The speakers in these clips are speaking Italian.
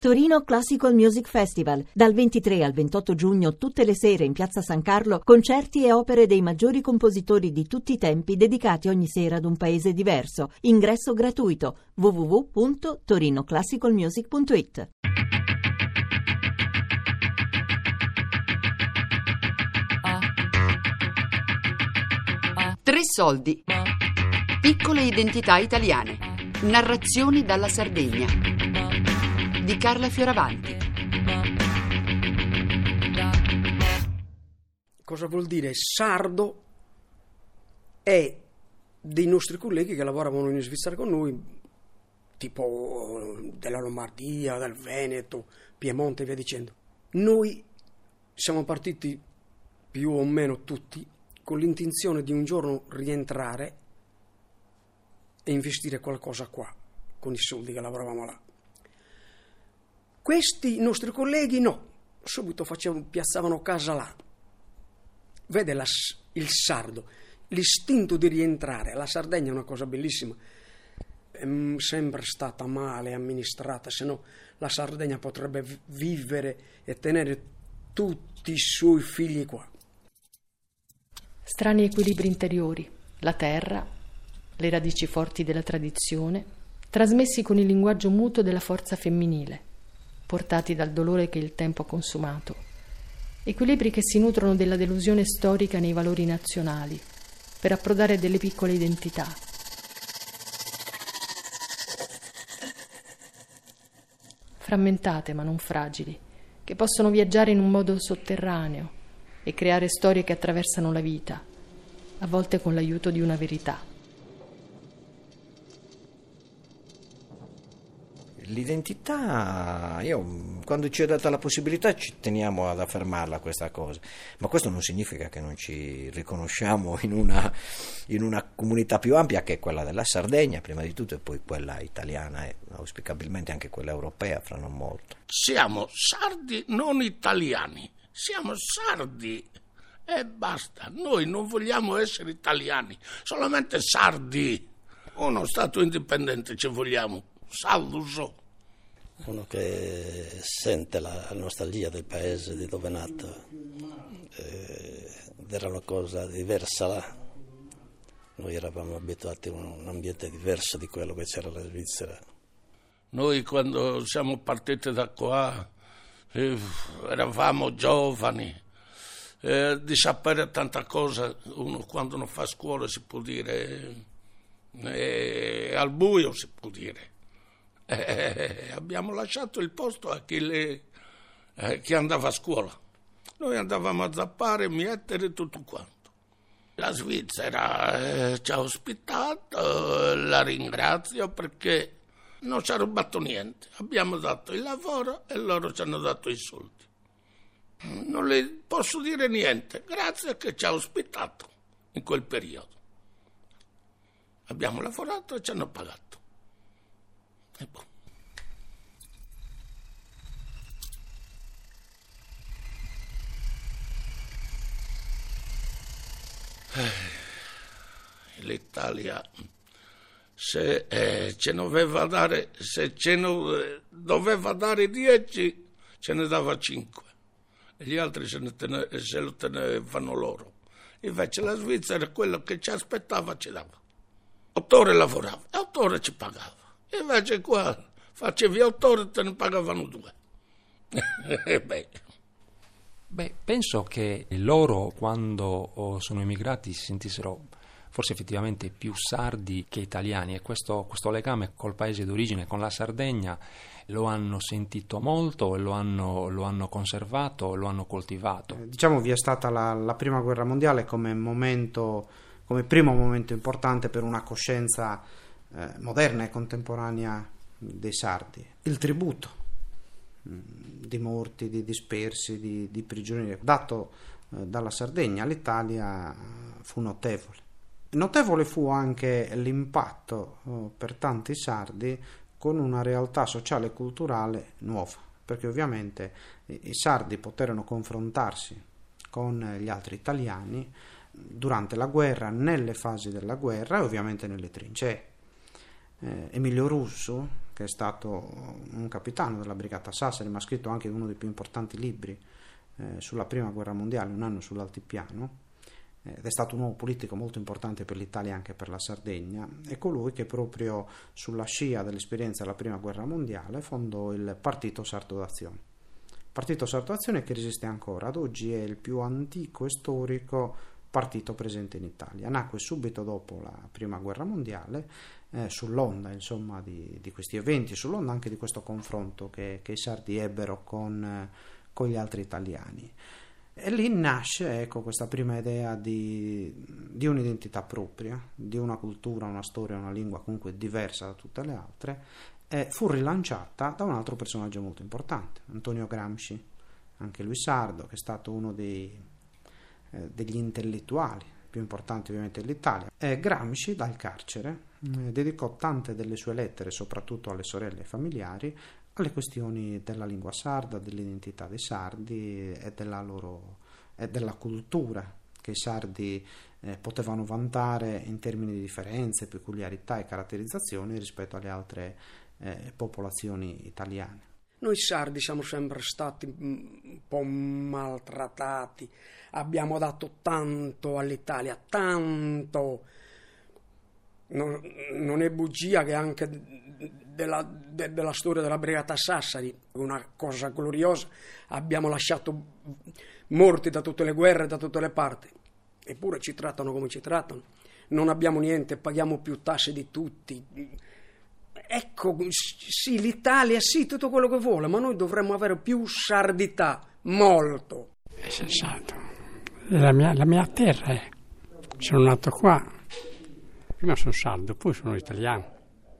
Torino Classical Music Festival. Dal 23 al 28 giugno, tutte le sere in Piazza San Carlo, concerti e opere dei maggiori compositori di tutti i tempi dedicati ogni sera ad un paese diverso. Ingresso gratuito. www.torinoclassicalmusic.it. Tre soldi. Piccole identità italiane. Narrazioni dalla Sardegna di Carla Fioravanti. Cosa vuol dire sardo? È dei nostri colleghi che lavoravano in Svizzera con noi, tipo della Lombardia, del Veneto, Piemonte e via dicendo. Noi siamo partiti più o meno tutti con l'intenzione di un giorno rientrare e investire qualcosa qua con i soldi che lavoravamo là. Questi nostri colleghi no, subito piazzavano casa là. Vede il sardo, l'istinto di rientrare. La Sardegna è una cosa bellissima, è sempre stata male amministrata, se no la Sardegna potrebbe vivere e tenere tutti i suoi figli qua. Strani equilibri interiori, la terra, le radici forti della tradizione, trasmessi con il linguaggio muto della forza femminile, portati dal dolore che il tempo ha consumato, equilibri che si nutrono della delusione storica nei valori nazionali, per approdare delle piccole identità. Frammentate ma non fragili, che possono viaggiare in un modo sotterraneo e creare storie che attraversano la vita, a volte con l'aiuto di una verità. L'identità, io quando ci è data la possibilità ci teniamo ad affermarla questa cosa, ma questo non significa che non ci riconosciamo in una comunità più ampia che è quella della Sardegna, prima di tutto, e poi quella italiana e auspicabilmente anche quella europea fra non molto. Siamo sardi, non italiani, siamo sardi e basta. Noi non vogliamo essere italiani, solamente sardi. Uno stato indipendente ci vogliamo, salduso. Uno che sente la nostalgia del paese di dove è nato, era una cosa diversa là. Noi eravamo abituati a un ambiente diverso di quello che c'era alla Svizzera. Noi quando siamo partiti da qua eravamo giovani, di sapere tanta cosa. Uno quando non fa scuola si può dire, al buio si può dire. Abbiamo lasciato il posto a chi andava a scuola. Noi andavamo a zappare, mietere, tutto quanto. La Svizzera ci ha ospitato, la ringrazio perché non ci ha rubato niente. Abbiamo dato il lavoro e loro ci hanno dato i soldi. Non le posso dire niente, grazie che ci ha ospitato in quel periodo. Abbiamo lavorato e ci hanno pagato. E boh. L'Italia, se ce ne doveva dare, se ce ne doveva dare 10, ce ne dava 5 e gli altri se lo tenevano loro. Invece la Svizzera, quello che ci aspettava ci dava. 8 ore lavorava e 8 ore ci pagava. Invece qua facevi 8 ore e te ne pagavano 2. Beh, penso che loro, quando sono emigrati, si sentissero forse effettivamente più sardi che italiani, e questo legame col paese d'origine, con la Sardegna, lo hanno sentito molto e lo hanno conservato, lo hanno coltivato. Diciamo vi è stata la prima guerra mondiale come primo momento importante per una coscienza moderna e contemporanea dei sardi. Il tributo di morti, di dispersi, di prigionieri dato dalla Sardegna all'Italia fu notevole. Notevole fu anche l'impatto per tanti sardi con una realtà sociale e culturale nuova, perché ovviamente i sardi poterono confrontarsi con gli altri italiani durante la guerra, nelle fasi della guerra e ovviamente nelle trincee. Emilio Russo, che è stato un capitano della Brigata Sassari, ma ha scritto anche uno dei più importanti libri sulla prima guerra mondiale, Un anno sull'altipiano, ed è stato un uomo politico molto importante per l'Italia e anche per la Sardegna. È colui che proprio sulla scia dell'esperienza della prima guerra mondiale fondò il Partito Sardo d'Azione. Partito Sardo d'Azione che resiste ancora, ad oggi è il più antico e storico partito presente in Italia. Nacque subito dopo la prima guerra mondiale, sull'onda insomma di questi eventi, sull'onda anche di questo confronto che i sardi ebbero con gli altri italiani. E lì nasce, ecco, questa prima idea di un'identità propria, di una cultura, una storia, una lingua comunque diversa da tutte le altre, e fu rilanciata da un altro personaggio molto importante, Antonio Gramsci, anche lui sardo, che è stato uno degli intellettuali più importanti ovviamente dell'Italia. E Gramsci dal carcere dedicò tante delle sue lettere, soprattutto alle sorelle familiari, alle questioni della lingua sarda, dell'identità dei sardi e della cultura che i sardi potevano vantare in termini di differenze, peculiarità e caratterizzazioni rispetto alle altre popolazioni italiane. Noi sardi siamo sempre stati un po' maltrattati, abbiamo dato tanto all'Italia, tanto. Non è bugia che anche della storia della Brigata Sassari, una cosa gloriosa, abbiamo lasciato morti da tutte le guerre, da tutte le parti, eppure ci trattano come ci trattano, non abbiamo niente, paghiamo più tasse di tutti. Ecco, sì, l'Italia, sì, tutto quello che vuole, ma noi dovremmo avere più sardità, molto. È sensato, è la mia terra, sono nato qua. Prima sono sardo, poi sono italiano.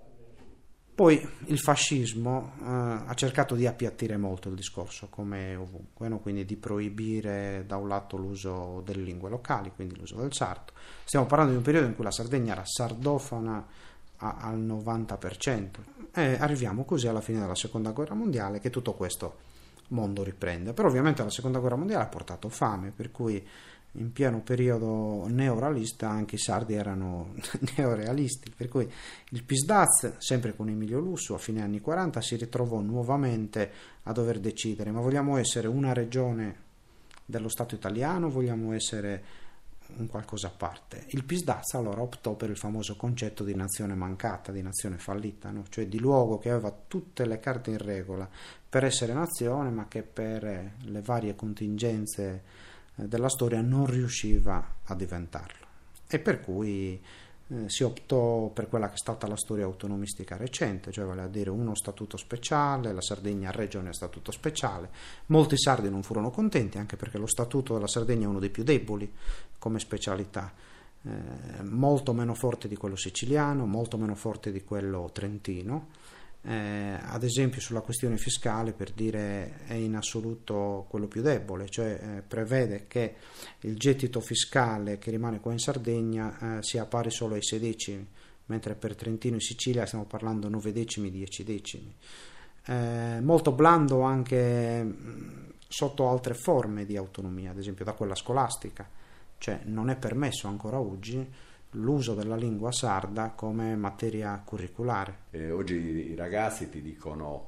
Poi il fascismo ha cercato di appiattire molto il discorso, come ovunque, no? Quindi di proibire da un lato l'uso delle lingue locali, quindi l'uso del sardo. Stiamo parlando di un periodo in cui la Sardegna era sardofona al 90%. E arriviamo così alla fine della Seconda Guerra Mondiale, che tutto questo mondo riprende. Però ovviamente la Seconda Guerra Mondiale ha portato fame, per cui in pieno periodo neorealista anche i sardi erano neorealisti, per cui il Pisdaz, sempre con Emilio Lussu, a fine anni 40 si ritrovò nuovamente a dover decidere: ma vogliamo essere una regione dello Stato italiano, vogliamo essere un qualcosa a parte? Il Pisdaz allora optò per il famoso concetto di nazione mancata, di nazione fallita, no? Cioè di luogo che aveva tutte le carte in regola per essere nazione, ma che per le varie contingenze della storia non riusciva a diventarlo, e per cui si optò per quella che è stata la storia autonomistica recente, cioè vale a dire uno statuto speciale, la Sardegna regione a statuto speciale. Molti sardi non furono contenti, anche perché lo statuto della Sardegna è uno dei più deboli come specialità, molto meno forte di quello siciliano, molto meno forte di quello trentino. Ad esempio sulla questione fiscale, per dire, è in assoluto quello più debole, cioè prevede che il gettito fiscale che rimane qua in Sardegna sia pari solo ai 6 decimi, mentre per Trentino e Sicilia stiamo parlando 9 decimi, 10 decimi. Molto blando anche sotto altre forme di autonomia, ad esempio da quella scolastica, cioè non è permesso ancora oggi l'uso della lingua sarda come materia curriculare. Oggi i ragazzi ti dicono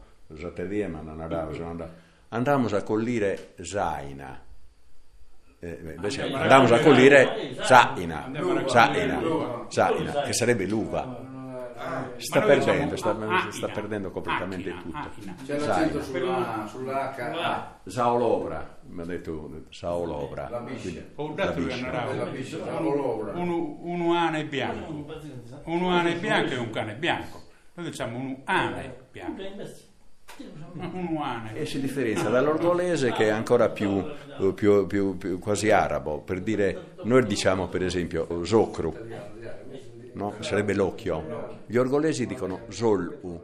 andiamo a collire zaina, invece andiamo a collire zaina, che sarebbe l'uva. Sta perdendo completamente tutto. C'è l'accento sulla H. Saolovra, mi ha detto Saolovra. Un ane bianco. Un ane bianco e un cane bianco. Noi diciamo un ane bianco. E si differenzia dall'orgolese, che è ancora più quasi arabo. Per dire, noi diciamo per esempio zocru, no? Sarebbe l'occhio. Gli orgolesi dicono zol-u.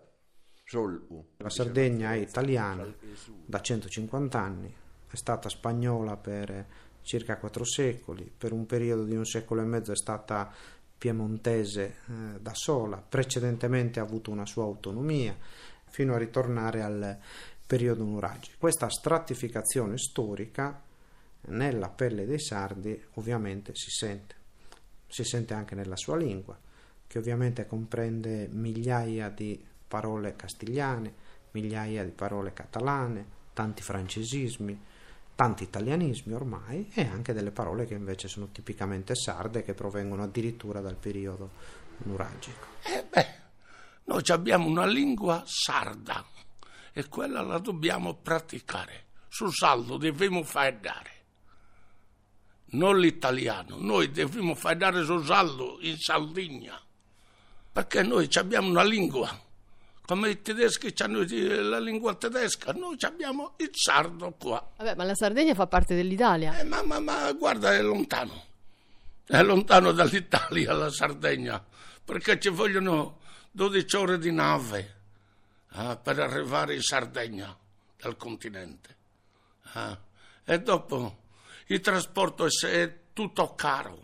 La Sardegna è italiana da 150 anni, è stata spagnola per circa 4 secoli, per un periodo di 1 secolo e mezzo è stata piemontese da sola, precedentemente ha avuto una sua autonomia, fino a ritornare al periodo nuragico. Questa stratificazione storica nella pelle dei sardi ovviamente si sente anche nella sua lingua. che ovviamente comprende migliaia di parole castigliane, migliaia di parole catalane, tanti francesismi, tanti italianismi ormai, e anche delle parole che invece sono tipicamente sarde, che provengono addirittura dal periodo nuragico. Noi abbiamo una lingua sarda e quella la dobbiamo praticare. Sul saldo dobbiamo fare dare. Non l'italiano, noi dobbiamo fare dare sul saldo in Sardegna, perché noi abbiamo una lingua. Come i tedeschi hanno la lingua tedesca, noi abbiamo il sardo qua. Vabbè, ma la Sardegna fa parte dell'Italia. Ma guarda, è lontano dall'Italia la Sardegna, perché ci vogliono 12 ore di nave per arrivare in Sardegna dal continente. E dopo il trasporto è tutto caro.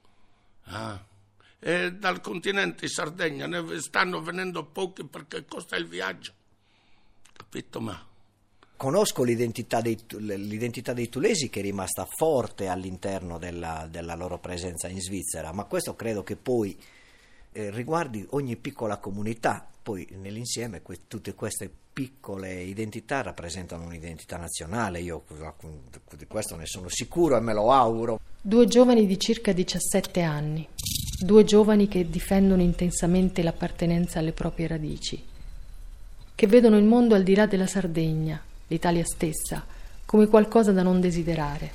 E dal continente in Sardegna ne stanno venendo pochi perché costa il viaggio, capito? Ma conosco l'identità dei tulesi, che è rimasta forte all'interno della loro presenza in Svizzera, ma questo credo che poi riguardi ogni piccola comunità. Poi nell'insieme tutte queste piccole identità rappresentano un'identità nazionale. Io di questo ne sono sicuro e me lo auguro. 2 giovani di circa 17 anni, 2 giovani che difendono intensamente l'appartenenza alle proprie radici, che vedono il mondo al di là della Sardegna, l'Italia stessa, come qualcosa da non desiderare.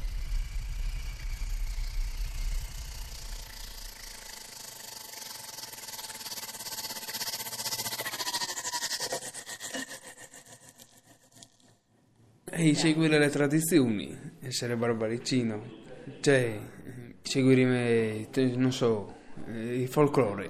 E seguire le tradizioni, essere barbaricino, cioè seguire, non so, il folklore,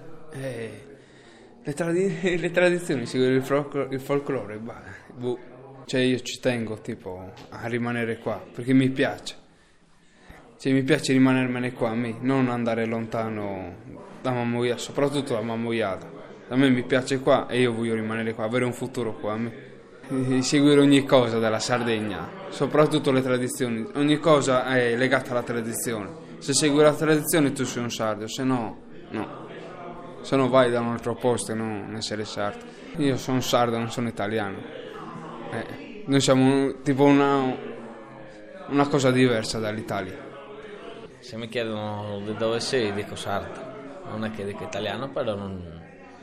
le tradizioni, seguire il folklore, cioè io ci tengo tipo a rimanere qua, perché mi piace, cioè mi piace rimanermene qua a me, non andare lontano da Mammoiata, soprattutto da Mammoiata. A me mi piace qua e io voglio rimanere qua, avere un futuro qua a me. Seguire ogni cosa della Sardegna, soprattutto le tradizioni, ogni cosa è legata alla tradizione. Se segui la tradizione tu sei un sardo, se no vai da un altro posto e non essere sardo. Io sono sardo, non sono italiano. Noi siamo tipo una cosa diversa dall'Italia. Se mi chiedono di dove sei, dico sardo, non è che dico italiano, però non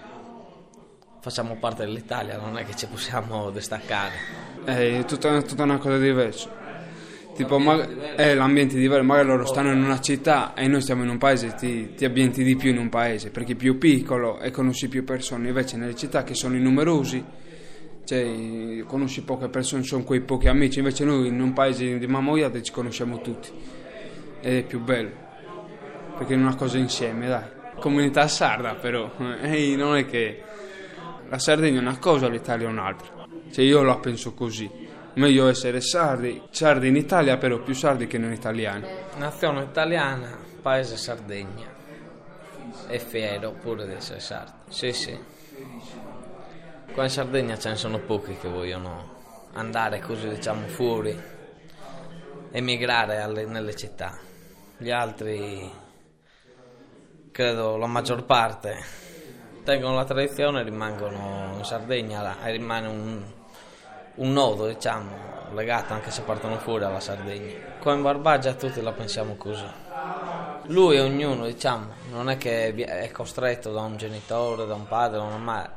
facciamo parte dell'Italia, non è che ci possiamo distaccare. È tutta una cosa diversa. Tipo, l'ambiente è diverso, magari loro stanno in una città e noi stiamo in un paese, ti ambienti di più in un paese, perché è più piccolo e conosci più persone. Invece nelle città che sono numerosi, cioè conosci poche persone, sono quei pochi amici. Invece noi in un paese di Mammoiata ci conosciamo tutti ed è più bello, perché è una cosa insieme, dai. Comunità sarda però, non è che la Sardegna è una cosa, l'Italia è un'altra. Cioè io la penso così. Meglio essere sardi in Italia, però più sardi che non italiani. Nazione italiana, paese Sardegna. È fiero pure di essere sardo. Sì. Qua in Sardegna ce ne sono pochi che vogliono andare così, diciamo, fuori, emigrare nelle città. Gli altri, credo la maggior parte, tengono la tradizione e rimangono in Sardegna e rimane un nodo, diciamo, legato anche se partono fuori alla Sardegna. Qua in Barbagia tutti la pensiamo così. Lui e ognuno, diciamo, non è che è costretto da un genitore, da un padre, da una madre.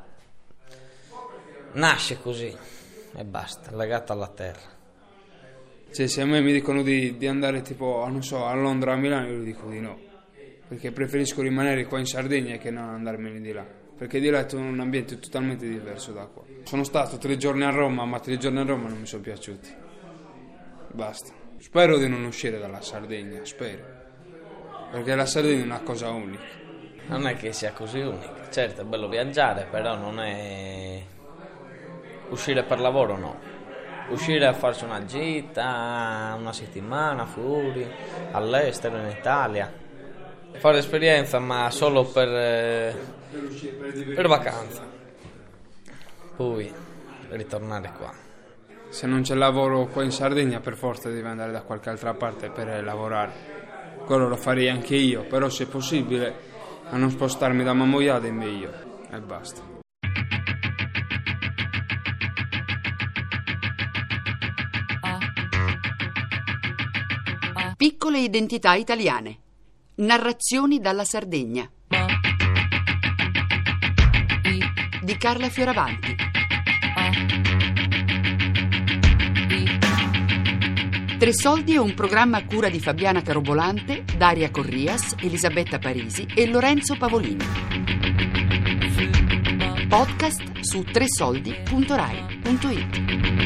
Nasce così e basta, legato alla terra. Cioè, se a me mi dicono di andare tipo, non so, a Londra, a Milano, io dico di no. Perché preferisco rimanere qua in Sardegna che non andarmene di là, perché di là è un ambiente totalmente diverso da qua. Sono stato 3 giorni a Roma, ma 3 giorni a Roma non mi sono piaciuti. Basta. Spero di non uscire dalla Sardegna, spero, perché la Sardegna è una cosa unica. Non è che sia così unica, certo è bello viaggiare, però non è uscire per lavoro, no. Uscire a farsi una gita, una settimana fuori, all'estero, in Italia. Fare esperienza, ma solo per vacanza. Poi ritornare qua. Se non c'è lavoro qua in Sardegna, per forza devi andare da qualche altra parte per lavorare. Quello lo farei anche io, però se è possibile a non spostarmi da Mamoiade in Veio e basta. Piccole identità italiane. Narrazioni dalla Sardegna di Carla Fioravanti. Tre Soldi è un programma a cura di Fabiana Carobolante, Daria Corrias, Elisabetta Parisi e Lorenzo Pavolini. Podcast su tresoldi.rai.it.